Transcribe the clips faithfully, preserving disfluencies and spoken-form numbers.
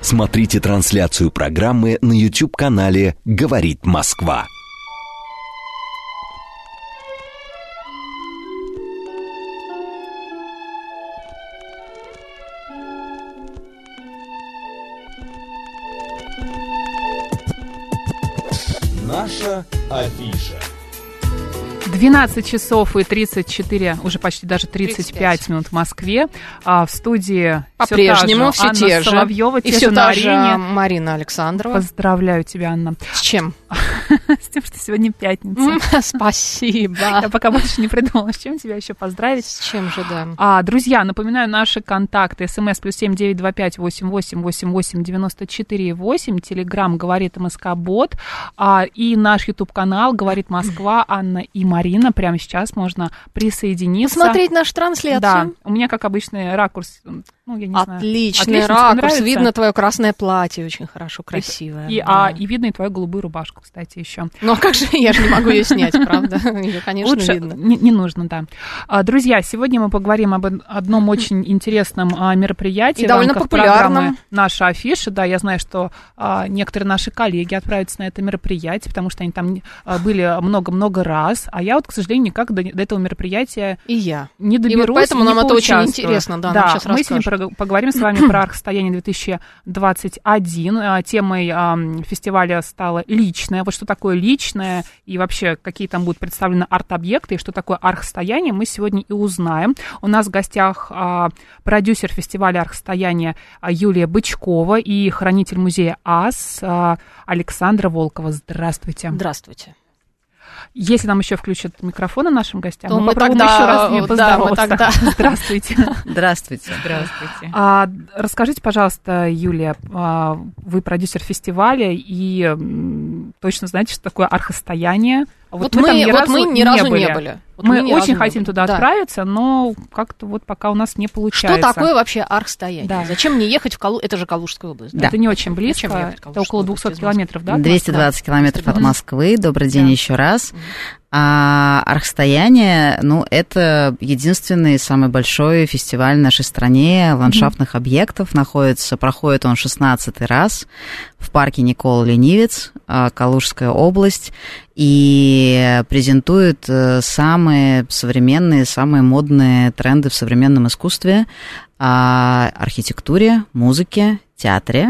Смотрите трансляцию программы на YouTube-канале «Говорит Москва». Наша афиша. двенадцать часов и тридцать четыре, уже почти даже тридцать пять минут в Москве. А в студии по-прежнему все, все те же. Анна Соловьева, и все та же Марина Александрова. Поздравляю тебя, Анна. С чем? С тем, что сегодня пятница. Спасибо. Я пока больше не придумала, с чем тебя еще поздравить. С чем же, да. А, друзья, напоминаю, наши контакты. СМС плюс семь девять два пять восемь восемь восемь восемь девяносто четыре восемь. Телеграм «Говорит МСК-бот». А, и наш YouTube-канал «Говорит Москва». Анна и Марина. Прямо сейчас можно присоединиться. Посмотреть нашу трансляцию. Да. У меня, как обычный, ракурс. Ну, я не Отличный знаю. ракурс. Видно твое красное платье. Очень хорошо, красивое. И, и, да. а, и видно и твою голубую рубашку, кстати, еще. Ну, а как же, я же не могу ее снять, правда? Ее, конечно, Лучше видно. Не, не нужно, да. А, друзья, сегодня мы поговорим об одном очень интересном а, мероприятии. И довольно популярном. Наша афиша, да, я знаю, что а, некоторые наши коллеги отправятся на это мероприятие, потому что они там а, были много-много раз, а я вот, к сожалению, никак до, до этого мероприятия и я. не доберусь. И вот поэтому и нам это поучаствую. Очень интересно, да, да нам сейчас мы расскажут. сегодня поговорим с вами про архстояние две тысячи двадцать один. Темой а, фестиваля стало личное. Вот что такое личное и вообще какие там будут представлены арт-объекты и что такое архстояние, мы сегодня и узнаем. У нас в гостях а, продюсер фестиваля архстояния а, Юлия Бычкова и хранитель музея АС а, Александра Волкова. Здравствуйте. Здравствуйте. Если нам еще включат микрофоны нашим гостям, то мы, мы попробуем тогда, еще раз с ними поздороваться. Да, мы тогда... Здравствуйте. Здравствуйте. Здравствуйте. А, расскажите, пожалуйста, Юлия, а, вы продюсер фестиваля и м, точно знаете, что такое архстояние. Вот, вот, мы, там ни, вот разу мы ни разу не были. Не были. Вот мы, мы очень не хотим были. туда да. отправиться, но как-то вот пока у нас не получается. Что такое вообще архстояние? Да. Зачем мне ехать в Калугу? Это же Калужская область. Да. Это не очень близко. Это около двухсот километров, да? двести двадцать километров от Москвы. Добрый день да. еще раз. А архстояние, ну, это единственный самый большой фестиваль в нашей стране ландшафтных mm-hmm. объектов. Находится, проходит он шестнадцатый раз в парке Никола Ленивец, Калужская область, и презентует самые современные, самые модные тренды в современном искусстве, архитектуре, музыке, театре,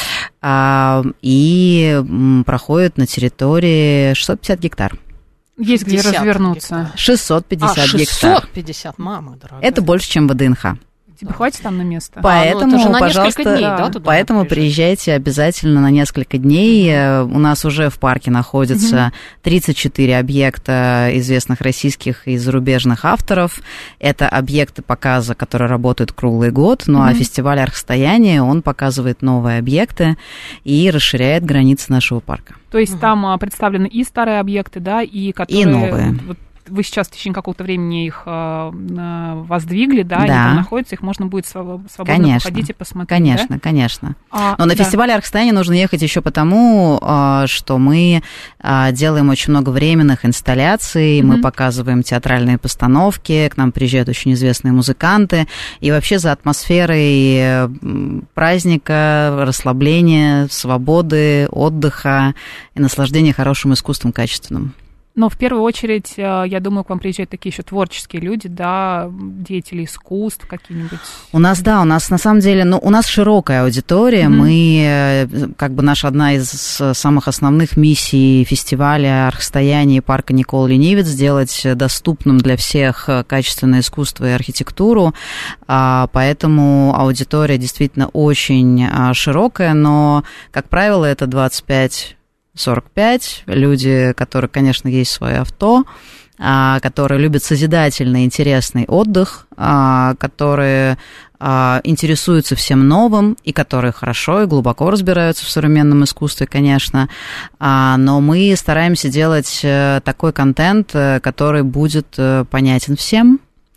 и проходит на территории шестьсот пятьдесят гектар. Есть где развернуться. шестьсот пятьдесят а, гектар. шестьсот пятьдесят, мама дорогая. Это больше, чем ВДНХ. Тебе хватит там на место? Поэтому, а, ну, пожалуйста, дней, да, поэтому приезжайте обязательно на несколько дней. Mm-hmm. У нас уже в парке находится mm-hmm. тридцать четыре объекта известных российских и зарубежных авторов. Это объекты показа, которые работают круглый год. Ну mm-hmm. а фестиваль архстояния, он показывает новые объекты и расширяет границы нашего парка. То есть mm-hmm. там представлены и старые объекты, да, и которые... И новые. Вы сейчас в течение какого-то времени их э, воздвигли, да, да, они там находятся, их можно будет свободно конечно, походить и посмотреть. Конечно, да? конечно. А, Но на да. фестиваль архстояния нужно ехать еще потому, что мы делаем очень много временных инсталляций, mm-hmm. мы показываем театральные постановки, к нам приезжают очень известные музыканты, и вообще за атмосферой праздника, расслабления, свободы, отдыха и наслаждения хорошим искусством качественным. Но в первую очередь, я думаю, к вам приезжают такие еще творческие люди, да, деятели искусств какие-нибудь. У нас, да, у нас на самом деле, ну, у нас широкая аудитория. Mm-hmm. Мы, как бы, наша одна из самых основных миссий фестиваля архстояния парка Никола Ленивец сделать доступным для всех качественное искусство и архитектуру. Поэтому аудитория действительно очень широкая, но, как правило, это двадцать пять сорок пять, люди, которые, конечно, есть свое авто, которые любят созидательный, интересный отдых, которые интересуются всем новым и которые хорошо и глубоко разбираются в современном искусстве, конечно, но мы стараемся делать такой контент, который будет понятен всем,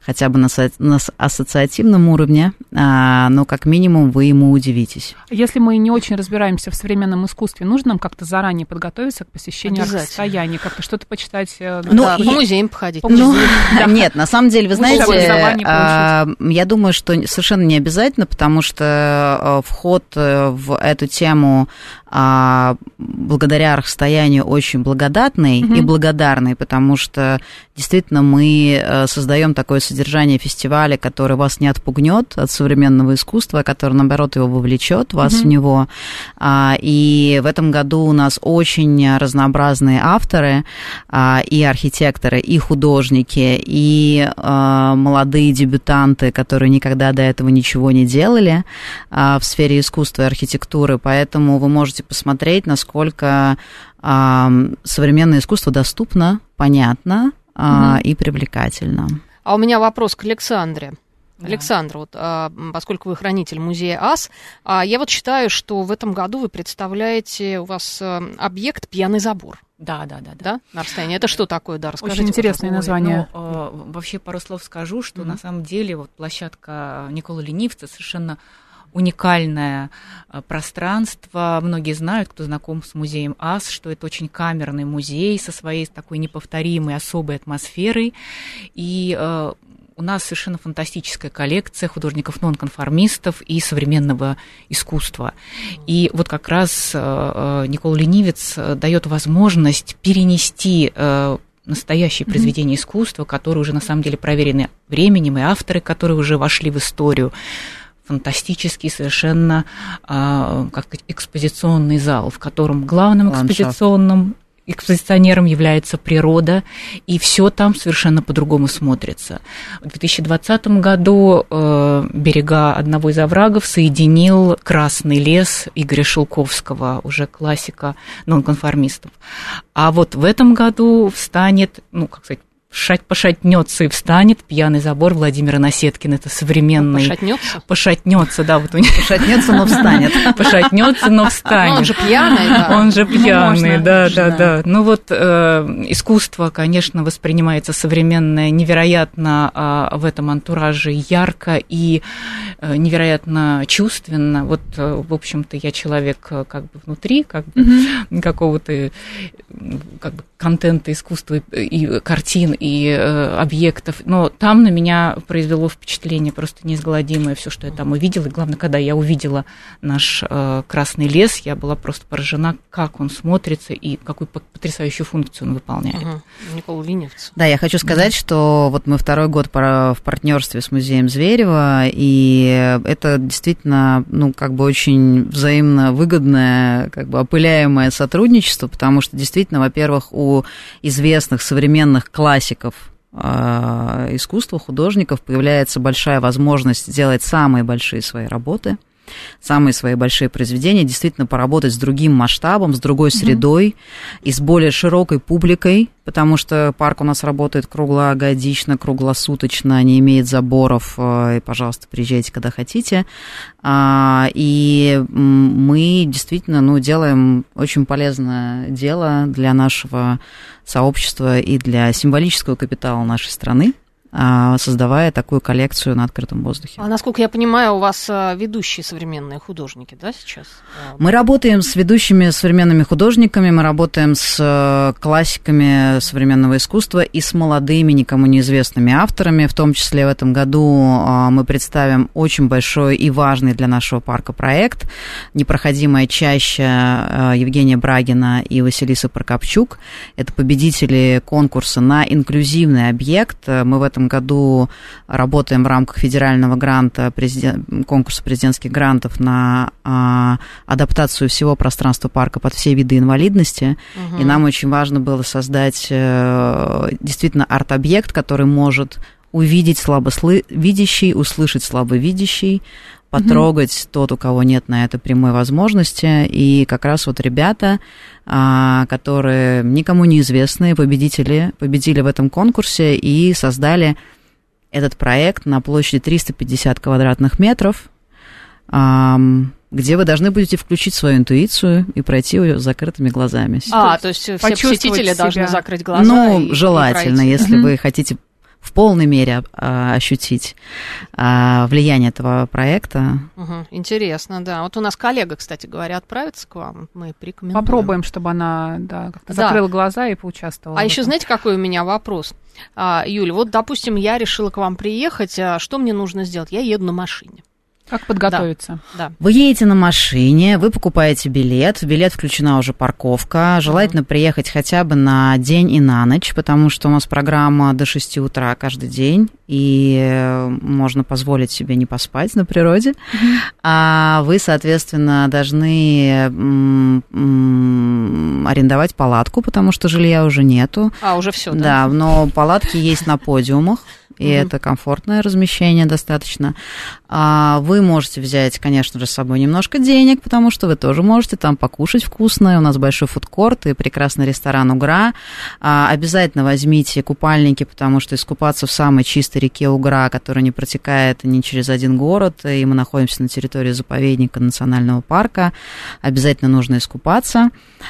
хотя бы на, со- на ассоциативном уровне, а, но как минимум вы ему удивитесь. Если мы не очень разбираемся в современном искусстве, нужно нам как-то заранее подготовиться к посещению архстояния, как-то что-то почитать? Ну, да, и... по музеям походить. Ну, да. Нет, на самом деле, вы знаете, а, я думаю, что совершенно не обязательно, потому что вход в эту тему а, благодаря архстоянию очень благодатный mm-hmm. и благодарный, потому что действительно мы создаем такое содержание фестиваля, которое вас не отпугнет от современного искусства, а которое, наоборот, его вовлечет вас mm-hmm. в него. А, и в этом году у нас очень разнообразные авторы, а, и архитекторы, и художники, и а, молодые дебютанты, которые никогда до этого ничего не делали а, в сфере искусства и архитектуры, поэтому вы можете посмотреть, насколько а, современное искусство доступно, понятно а, mm-hmm. и привлекательно. А у меня вопрос к Александре. Да. Александра, вот, а, поскольку вы хранитель музея АС, а, я вот считаю, что в этом году вы представляете, у вас а, объект «Пьяный забор». Да, да, да, да. Да? На расстоянии. Это что такое? Да, расскажите. Очень интересное Ой, название. Ну, э, вообще пару слов скажу, что mm-hmm. на самом деле вот площадка Николы Ленивца совершенно уникальное пространство. Многие знают, кто знаком с музеем АС, что это очень камерный музей со своей такой неповторимой особой атмосферой. И э, у нас совершенно фантастическая коллекция художников-нонконформистов и современного искусства. И вот как раз э, Никола Ленивец дает возможность перенести э, настоящие произведения mm-hmm. искусства, которые уже на самом деле проверены временем, и авторы, которые уже вошли в историю. Фантастический совершенно э, как сказать, экспозиционный зал, в котором главным Ландшафт. экспозиционным экспозиционером является природа, и все там совершенно по-другому смотрится. В две тысячи двадцатом году э, берега одного из оврагов соединил Красный лес Игоря Шелковского, уже классика нонконформистов. А вот в этом году встанет, ну, как сказать, пошатнется и встанет «Пьяный забор» Владимира Насеткина. Это современный... Пошатнется? Пошатнется, да. Вот у него пошатнется, но встанет. Пошатнется, но встанет. Он же пьяный, да. Он же пьяный, да, да, да. Ну вот искусство, конечно, воспринимается современное невероятно в этом антураже ярко и невероятно чувственно. Вот, в общем-то, я человек как бы внутри, как бы какого-то как бы контента искусства и картин, и э, объектов, но там на меня произвело впечатление просто неизгладимое все, что я там увидела, и главное, когда я увидела наш э, Красный лес, я была просто поражена, как он смотрится и какую потрясающую функцию он выполняет. Ага. Никола Ленивец. Да, я хочу сказать, да. что вот мы второй год в партнерстве с музеем Зверева, и это действительно, ну, как бы очень взаимно выгодное, как бы опыляемое сотрудничество, потому что действительно, во-первых, у известных современных классиков искусства, художников появляется большая возможность сделать самые большие свои работы, самые свои большие произведения, действительно поработать с другим масштабом, с другой средой mm-hmm. и с более широкой публикой, потому что парк у нас работает круглогодично, круглосуточно, не имеет заборов, и, пожалуйста, приезжайте, когда хотите. И мы действительно, ну, делаем очень полезное дело для нашего сообщества и для символического капитала нашей страны, создавая такую коллекцию на открытом воздухе. А насколько я понимаю, у вас ведущие современные художники, да, сейчас? Мы работаем с ведущими современными художниками, мы работаем с классиками современного искусства и с молодыми, никому неизвестными авторами. В том числе в этом году мы представим очень большой и важный для нашего парка проект «Непроходимая чаща» Евгения Брагина и Василисы Прокопчук. Это победители конкурса на инклюзивный объект. Мы в этом году работаем в рамках федерального гранта, президент, конкурса президентских грантов на а, адаптацию всего пространства парка под все виды инвалидности. Угу. И нам очень важно было создать а, действительно арт-объект, который может увидеть слабовидящий, услышать слабовидящий, потрогать угу. тот, у кого нет на это прямой возможности. И как раз вот ребята, которые никому неизвестные, победители, победили в этом конкурсе и создали этот проект на площади триста пятьдесят квадратных метров, где вы должны будете включить свою интуицию и пройти ее с закрытыми глазами. А, то есть все посетители себя. Должны закрыть глаза? Ну, и, желательно, и если mm-hmm. вы хотите в полной мере а, ощутить а, влияние этого проекта. Угу, интересно, да. Вот у нас коллега, кстати говоря, отправится к вам, мы порекомендуем. Попробуем, чтобы она да, как-то да. закрыла глаза и поучаствовала. А еще знаете, какой у меня вопрос? А, Юля, вот, допустим, я решила к вам приехать, а что мне нужно сделать? Я еду на машине. Как подготовиться? Да, да. Вы едете на машине, вы покупаете билет, в билет включена уже парковка, желательно uh-huh. приехать хотя бы на день и на ночь, потому что у нас программа до шести утра каждый день, и можно позволить себе не поспать на природе. Uh-huh. А вы, соответственно, должны м- м- арендовать палатку, потому что жилья уже нету. А, уже все, да? Да, но палатки есть на подиумах. И mm-hmm. это комфортное размещение достаточно. А вы можете взять, конечно же, с собой немножко денег, потому что вы тоже можете там покушать вкусно. У нас большой фудкорт и прекрасный ресторан «Угра». А обязательно возьмите купальники, потому что искупаться в самой чистой реке Угра, которая не протекает ни через один город, и мы находимся на территории заповедника национального парка, обязательно нужно искупаться.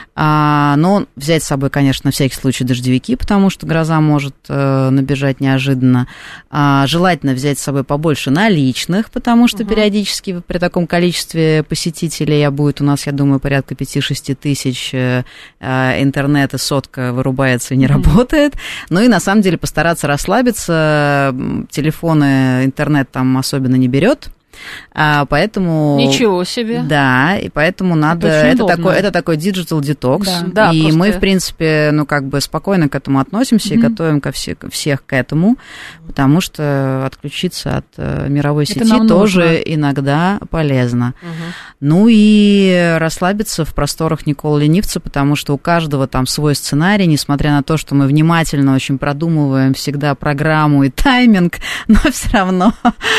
А, но взять с собой, конечно, на всякий случай дождевики, потому что гроза может э, набежать неожиданно. А, желательно взять с собой побольше наличных, потому что uh-huh. периодически при таком количестве посетителей, а будет у нас, я думаю, порядка пять-шесть тысяч, э, интернет и сотка вырубается и не uh-huh. работает. Ну и на самом деле постараться расслабиться, телефоны, интернет там особенно не берет. А, поэтому... Ничего себе. Да, и поэтому надо... Это, это, такой, это такой digital detox. Да. Да, и просто... мы, в принципе, ну, как бы спокойно к этому относимся mm-hmm. и готовим ко все, всех к этому, потому что отключиться от uh, мировой это сети тоже нужно. Иногда полезно. Mm-hmm. Ну и расслабиться в просторах Николы Ленивца, потому что у каждого там свой сценарий, несмотря на то, что мы внимательно очень продумываем всегда программу и тайминг, но все равно...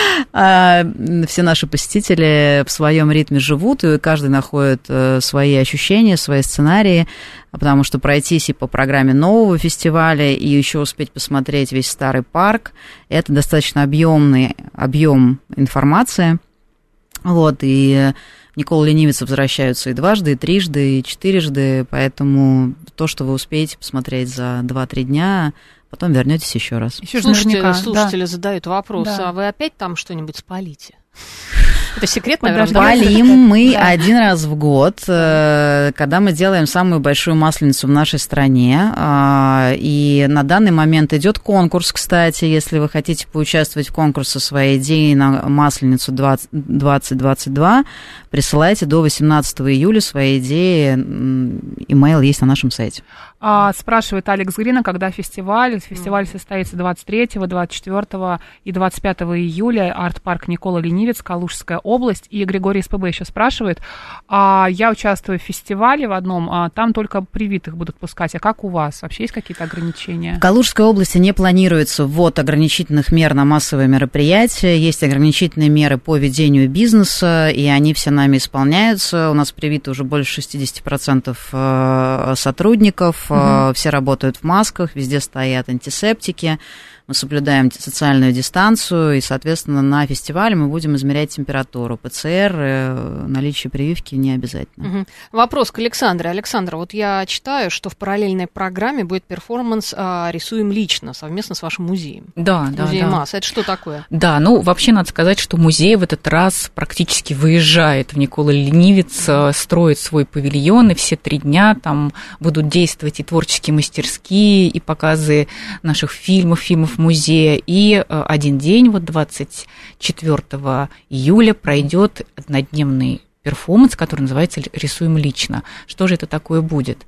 все наши посетители в своем ритме живут, и каждый находит свои ощущения, свои сценарии, потому что пройтись и по программе нового фестиваля, и еще успеть посмотреть весь старый парк, это достаточно объемный объем информации. Вот, и Никола Ленивец возвращаются и дважды, и трижды, и четырежды, поэтому то, что вы успеете посмотреть за два-три дня, потом вернетесь еще раз. Еще слушатели, слушатели да. задают вопрос, да. а вы опять там что-нибудь спалите? Это секрет, наверное. Палим мы да. один раз в год, когда мы делаем самую большую масленицу в нашей стране. И на данный момент идет конкурс, кстати, если вы хотите поучаствовать в конкурсе своей идеи на масленицу двадцать двадцать два, присылайте до восемнадцатого июля свои идеи. Имейл есть на нашем сайте. А, спрашивает Алекс Грина, когда фестиваль. Фестиваль состоится двадцать третьего, двадцать четвёртого и двадцать пятого июля. Арт-парк Никола Ленивец, Калужская область. И Григорий СПБ еще спрашивает. А, я участвую в фестивале в одном, а там только привитых будут пускать. А как у вас? Вообще есть какие-то ограничения? В Калужской области не планируется ввод ограничительных мер на массовые мероприятия. Есть ограничительные меры по ведению бизнеса, и они все нами исполняются. У нас привиты уже больше шестьдесят процентов сотрудников. Угу. Все работают в масках, везде стоят антисептики. Мы соблюдаем социальную дистанцию, и, соответственно, на фестивале мы будем измерять температуру. ПЦР, наличие прививки не обязательно. Угу. Вопрос к Александре. Александра, вот я читаю, что в параллельной программе будет перформанс а, «Рисуем лично» совместно с вашим музеем. Да, да, Музей да. МАС. Это что такое? Да, ну, вообще надо сказать, что музей в этот раз практически выезжает в Никола Ленивец, строит свой павильон, и все три дня там будут действовать и творческие мастерские, и показы наших фильмов, фильмов музея, и один день, вот двадцать четвёртого июля, пройдет однодневный перформанс, который называется «Рисуем лично». Что же это такое будет?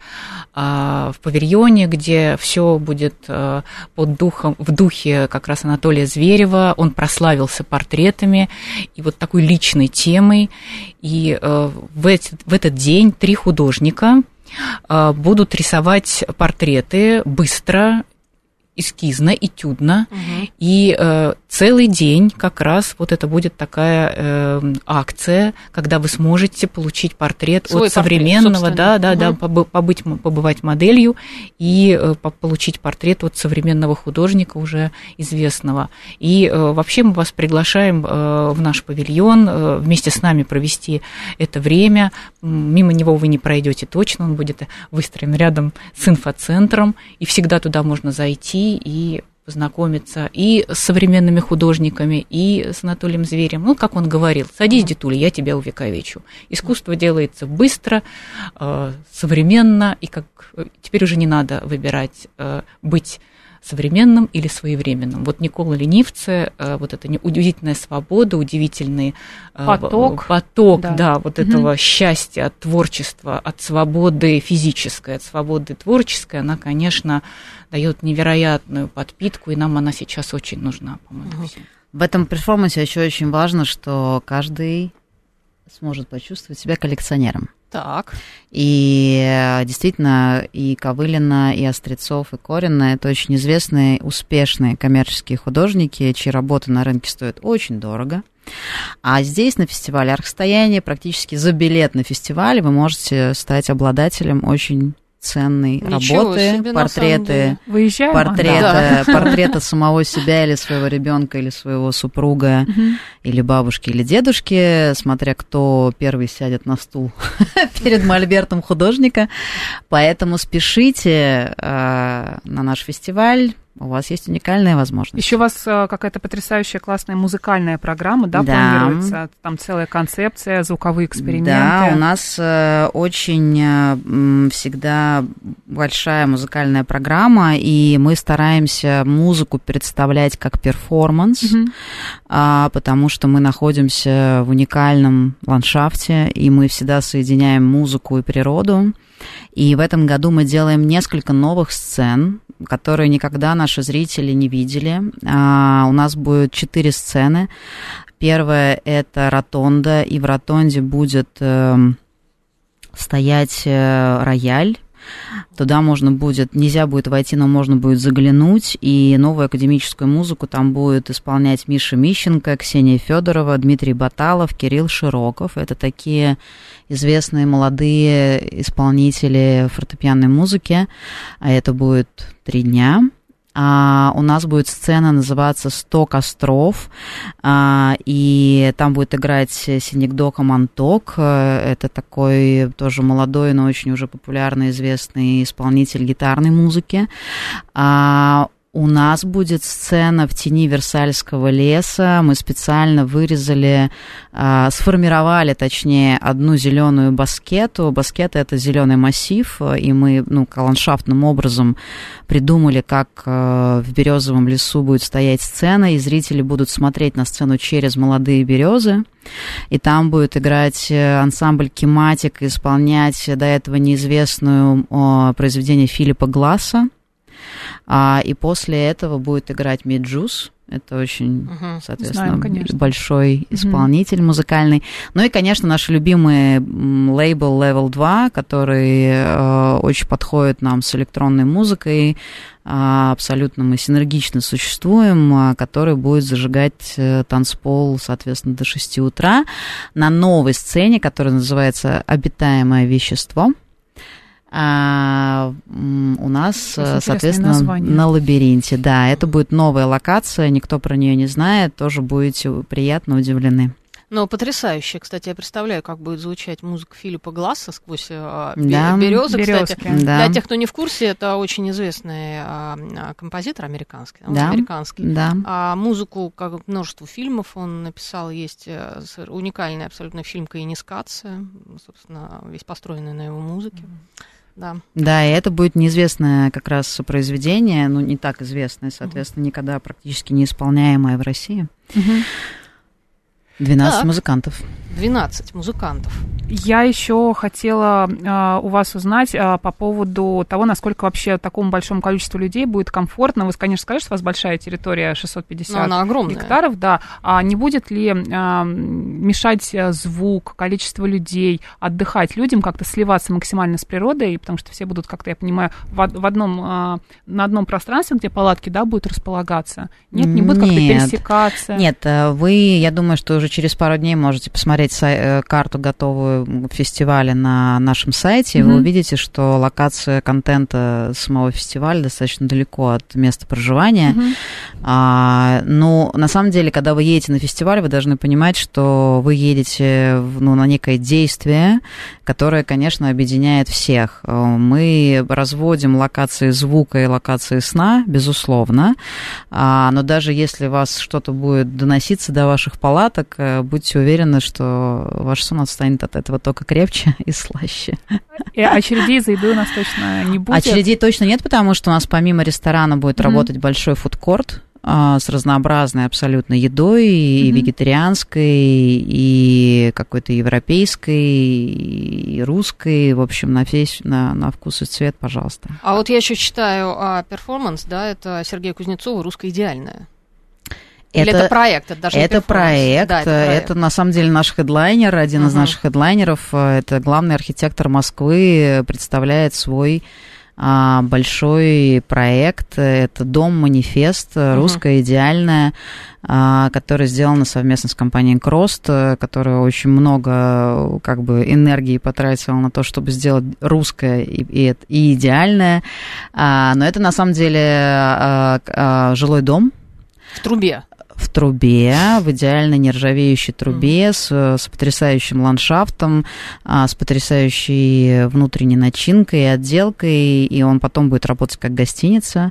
В павильоне, где все будет под духом, в духе как раз Анатолия Зверева, он прославился портретами и вот такой личной темой. И в этот, в этот день три художника будут рисовать портреты быстро, эскизно, этюдно, угу. и э, целый день как раз вот это будет такая э, акция, когда вы сможете получить портрет Свой от современного, портрет, да, да, угу. да, побыть, побывать моделью и э, получить портрет от современного художника уже известного. И э, вообще мы вас приглашаем э, в наш павильон э, вместе с нами провести это время. Мимо него вы не пройдете точно, он будет выстроен рядом с инфоцентром, и всегда туда можно зайти и познакомиться и с современными художниками, и с Анатолием Зверем. Ну, как он говорил, садись, дедуля, я тебя увековечу. Искусство делается быстро, современно, и как теперь уже не надо выбирать быть современным или своевременным. Вот Никола Ленивце, вот эта удивительная свобода, удивительный поток, поток да. Да, вот угу. этого счастья от творчества, от свободы физической, от свободы творческой, она, конечно, дает невероятную подпитку, и нам она сейчас очень нужна, по-моему. Угу. В этом перформансе еще очень важно, что каждый сможет почувствовать себя коллекционером. Так. И действительно, и Ковылина, и Острецов, и Корина — это очень известные, успешные коммерческие художники, чьи работы на рынке стоят очень дорого. А здесь, на фестивале «Архстояние», практически за билет на фестиваль вы можете стать обладателем очень ценной Ничего работы, себе, портреты, Выезжаем? портреты, Да. портреты самого себя или своего ребенка, или своего супруга, Угу. или бабушки, или дедушки, смотря кто первый сядет на стул перед мольбертом художника. Поэтому спешите э, на наш фестиваль. У вас есть уникальная возможность. Еще у вас э, какая-то потрясающая классная музыкальная программа, да, Да. планируется? Там целая концепция, звуковые эксперименты. Да, у нас э, очень э, всегда большая музыкальная программа, и мы стараемся музыку представлять как перформанс, Угу. а, потому что мы находимся в уникальном ландшафте, и мы всегда соединяем музыку и природу. И в этом году мы делаем несколько новых сцен, которые никогда наши зрители не видели. А, у нас будет четыре сцены. Первая – это ротонда, и в ротонде будет э, стоять э, рояль. Туда можно будет, нельзя будет войти, но можно будет заглянуть, и новую академическую музыку там будет исполнять Миша Мищенко, Ксения Федорова, Дмитрий Баталов, Кирилл Широков. Это такие известные молодые исполнители фортепианной музыки, а это будет три дня. А у нас будет сцена называться «Сто костров», а, и там будет играть Синегдока Манток. Это такой тоже молодой, но очень уже популярный, известный исполнитель гитарной музыки. А, у нас будет сцена в тени Версальского леса. Мы специально вырезали, а, сформировали, точнее, одну зеленую баскету. Баскета — это зеленый массив, и мы, ну, ландшафтным образом придумали, как а, в березовом лесу будет стоять сцена, и зрители будут смотреть на сцену через молодые березы. И там будет играть ансамбль «Кематик», исполнять до этого неизвестную о, произведение Филиппа Гласса. А, и после этого будет играть Меджус. Это очень, uh-huh. соответственно, Знаем, большой исполнитель uh-huh. музыкальный. Ну и, конечно, наш любимый лейбл Level два, который э, очень подходит нам с электронной музыкой. Э, абсолютно мы синергично существуем, э, который будет зажигать э, танцпол, соответственно, до шести утра на новой сцене, которая называется «Обитаемое вещество». А, у нас, соответственно, название. На лабиринте. Да, это будет новая локация, никто про нее не знает, тоже будете приятно удивлены. Ну, потрясающе. Кстати, я представляю, как будет звучать музыка Филиппа Гласса сквозь да. березы. Кстати, да. Для тех, кто не в курсе, это очень известный а, композитор американский. Он да. американский. Да. А музыку, как множество фильмов, он написал. Есть уникальный абсолютно фильм «Каинискация», собственно, весь построенный на его музыке. Да. Да, и это будет неизвестное как раз произведение, ну, не так известное, соответственно, uh-huh. никогда практически не исполняемое в России. Uh-huh. двенадцать так. музыкантов. двенадцать музыкантов. Я еще хотела э, у вас узнать э, по поводу того, насколько вообще такому большому количеству людей будет комфортно. Вы, конечно, скажете, что у вас большая территория, шестьсот пятьдесят гектаров, да. А не будет ли э, мешать звук, количество людей, отдыхать людям, как-то сливаться максимально с природой, потому что все будут, как-то, я понимаю, в, в одном, э, на одном пространстве, где палатки, да, будут располагаться? Нет, не будут как-то Нет. пересекаться? Нет, вы, я думаю, что уже уже через пару дней можете посмотреть сай- карту готовую фестиваля на нашем сайте, mm-hmm. вы увидите, что локация контента самого фестиваля достаточно далеко от места проживания. Mm-hmm. А, ну, на самом деле, когда вы едете на фестиваль, вы должны понимать, что вы едете ну, на некое действие, которое, конечно, объединяет всех. Мы разводим локации звука и локации сна, безусловно, а, но даже если вас что-то будет доноситься до ваших палаток, будьте уверены, что ваш сон станет от этого только крепче и слаще. И очередей за еду у нас точно не будет? Очередей точно нет, потому что у нас помимо ресторана будет mm-hmm. работать большой фудкорт с разнообразной абсолютно едой, и mm-hmm. вегетарианской, и какой-то европейской, и русской, в общем, на, весь, на, на вкус и цвет, пожалуйста. А вот я еще читаю а, перформанс, да, это Сергея Кузнецова «Русское идеальное». Или это, это проект, это даже это проект, да, это проект, это на самом деле наш хедлайнер, один uh-huh. из наших хедлайнеров, это главный архитектор Москвы, представляет свой а, большой проект, это дом-манифест uh-huh. «Русское идеальное», а, который сделан совместно с компанией Крост, которая очень много как бы энергии потратила на то, чтобы сделать русское и, и, и идеальное, а, но это на самом деле а, а, жилой дом. В трубе. В трубе, в идеальной нержавеющей трубе, mm. с, с потрясающим ландшафтом, с потрясающей внутренней начинкой и отделкой, и он потом будет работать как гостиница.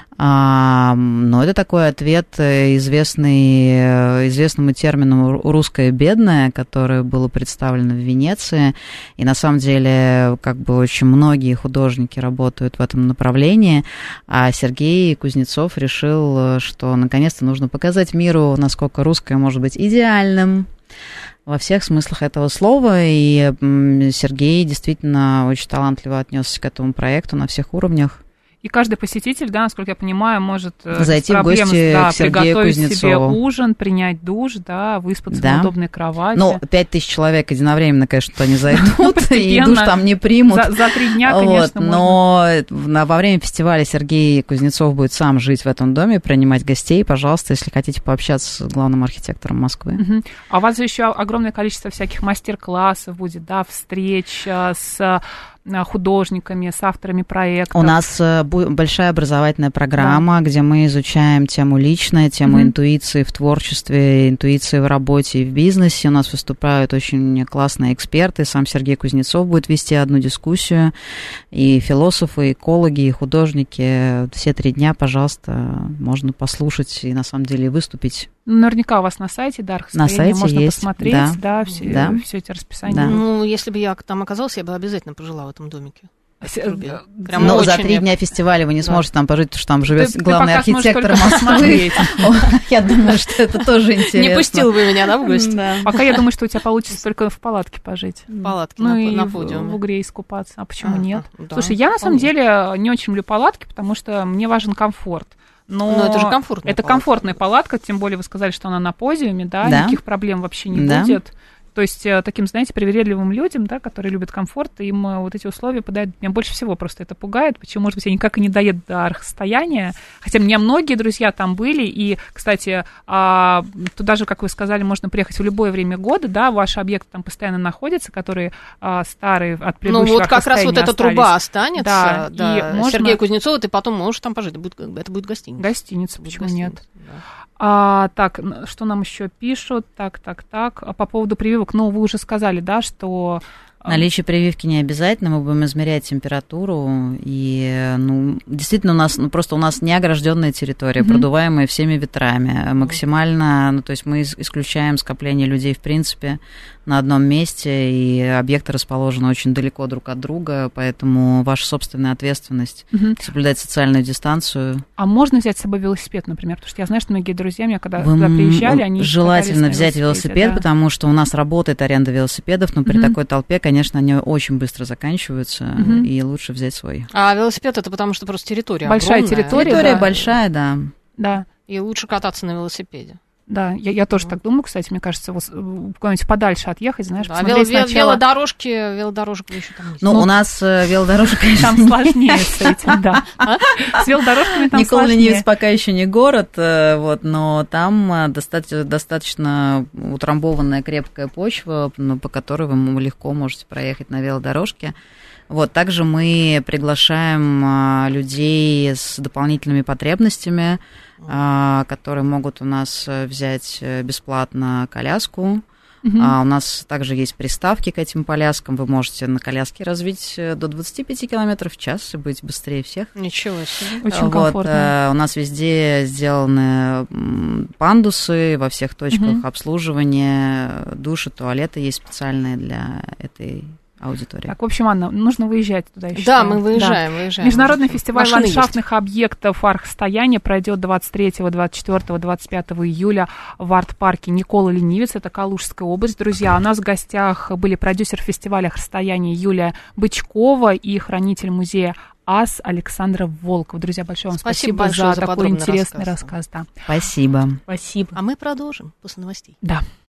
Но это такой ответ известный, известному термину «русское бедное», которое было представлено в Венеции. И на самом деле как бы очень многие художники работают в этом направлении. А Сергей Кузнецов решил, что наконец-то нужно показать миру, насколько русское может быть идеальным во всех смыслах этого слова. И Сергей действительно очень талантливо отнесся к этому проекту на всех уровнях. И каждый посетитель, да, насколько я понимаю, может зайти в гости да, к Сергею приготовить Кузнецову. себе ужин, принять душ, да, выспаться да. на удобной кровати. Ну, пять тысяч человек единовременно, конечно, туда не зайдут, и душ там не примут. За, за три дня, конечно, вот, но можно. Во время фестиваля Сергей Кузнецов будет сам жить в этом доме, принимать гостей. Пожалуйста, если хотите пообщаться с главным архитектором Москвы. Uh-huh. А у вас же еще огромное количество всяких мастер-классов будет, да, встреч с художниками, с авторами проектов. У нас большая образовательная программа, да. где мы изучаем тему личной, тему mm-hmm. интуиции в творчестве, интуиции в работе и в бизнесе. У нас выступают очень классные эксперты. Сам Сергей Кузнецов будет вести одну дискуссию. И философы, и экологи, и художники. Все три дня, пожалуйста, можно послушать и на самом деле выступить. Наверняка у вас на сайте, да, на сайте можно есть, посмотреть, да, да, все, да. все эти расписания. Да. Ну, если бы я там оказалась, я бы обязательно прожила в этом домике. Но за три дня фестиваля вы не сможете да. там пожить, потому что там живет ты, главный ты архитектор Москвы. Я думаю, что это тоже интересно. Не пустил бы меня, да, в гости? Пока я думаю, что у тебя получится только в палатке пожить. В палатке, ну на и подиуме. в Угре искупаться. А почему нет? Слушай, я на самом деле не очень люблю палатки, потому что мне важен комфорт. Но, Но это же комфортная Это палатка. комфортная палатка, тем более вы сказали, что она на подиуме, да, да. никаких проблем вообще не да. будет. То есть таким, знаете, привередливым людям, да, которые любят комфорт, им вот эти условия подают. Меня больше всего просто это пугает. Почему, может быть, я никак и не доеду до архстояния. Хотя у меня многие друзья там были. И, кстати, туда же, как вы сказали, можно приехать в любое время года. Да, ваши объекты там постоянно находятся, которые старые от предыдущего Ну вот как раз вот эта остались. Труба останется. Да, да. И можно... Сергей Кузнецов, ты потом можешь там пожить. Это будет, это будет гостиница. Гостиница, будет почему гостиница, нет? Да. А, так, что нам еще пишут? Так, так, так. По поводу прививок, ну, вы уже сказали, да, что... Наличие прививки не обязательно, мы будем измерять температуру, и, ну, действительно, у нас, ну, просто у нас неогражденная территория, mm-hmm. продуваемая всеми ветрами, максимально, ну, то есть мы исключаем скопление людей, в принципе, на одном месте, и объекты расположены очень далеко друг от друга, поэтому ваша собственная ответственность mm-hmm. соблюдать социальную дистанцию. А можно взять с собой велосипед, например? Потому что я знаю, что многие друзья мне, когда Вы туда приезжали, они желательно взять велосипед, да. потому что у нас работает аренда велосипедов, но при mm-hmm. такой толпе, конечно, они очень быстро заканчиваются, mm-hmm. и лучше взять свой. А велосипед это потому что просто территория большая огромная. территория, территория да. большая, да. Да. И лучше кататься на велосипеде. Да, я, я тоже mm. так думаю, кстати, мне кажется, вот куда-нибудь подальше отъехать, знаешь, да, посмотреть вел, сначала... велодорожки, велодорожек еще там есть. Ну, ну, у нас велодорожка... Там сложнее с этим, да. С велодорожками там Никола сложнее. Ленивец пока еще не город, вот, но там достаточно, достаточно утрамбованная крепкая почва, по которой вы легко можете проехать на велодорожке. Вот, также мы приглашаем людей с дополнительными потребностями, которые могут у нас взять бесплатно коляску. Uh-huh. А у нас также есть приставки к этим коляскам. Вы можете на коляске развить до двадцать пять километров в час и быть быстрее всех. Ничего себе. Очень вот, комфортно. У нас везде сделаны пандусы во всех точках uh-huh. обслуживания. Души, туалеты есть специальные для этой аудитории. Так, в общем, Анна, нужно выезжать туда еще. Да, мы выезжаем, да. выезжаем. Международный фестиваль Машины ландшафтных есть. объектов архстояния пройдет двадцать третьего, двадцать четвёртого, двадцать пятого июля в арт-парке Никола Ленивец, это Калужская область. Друзья, у нас в гостях были продюсер фестиваля архстояния Юлия Бычкова и хранитель музея АС Александра Волкова. Друзья, большое вам спасибо, спасибо за, за такой интересный рассказ. рассказ. Да. Спасибо. Спасибо. А мы продолжим после новостей. Да.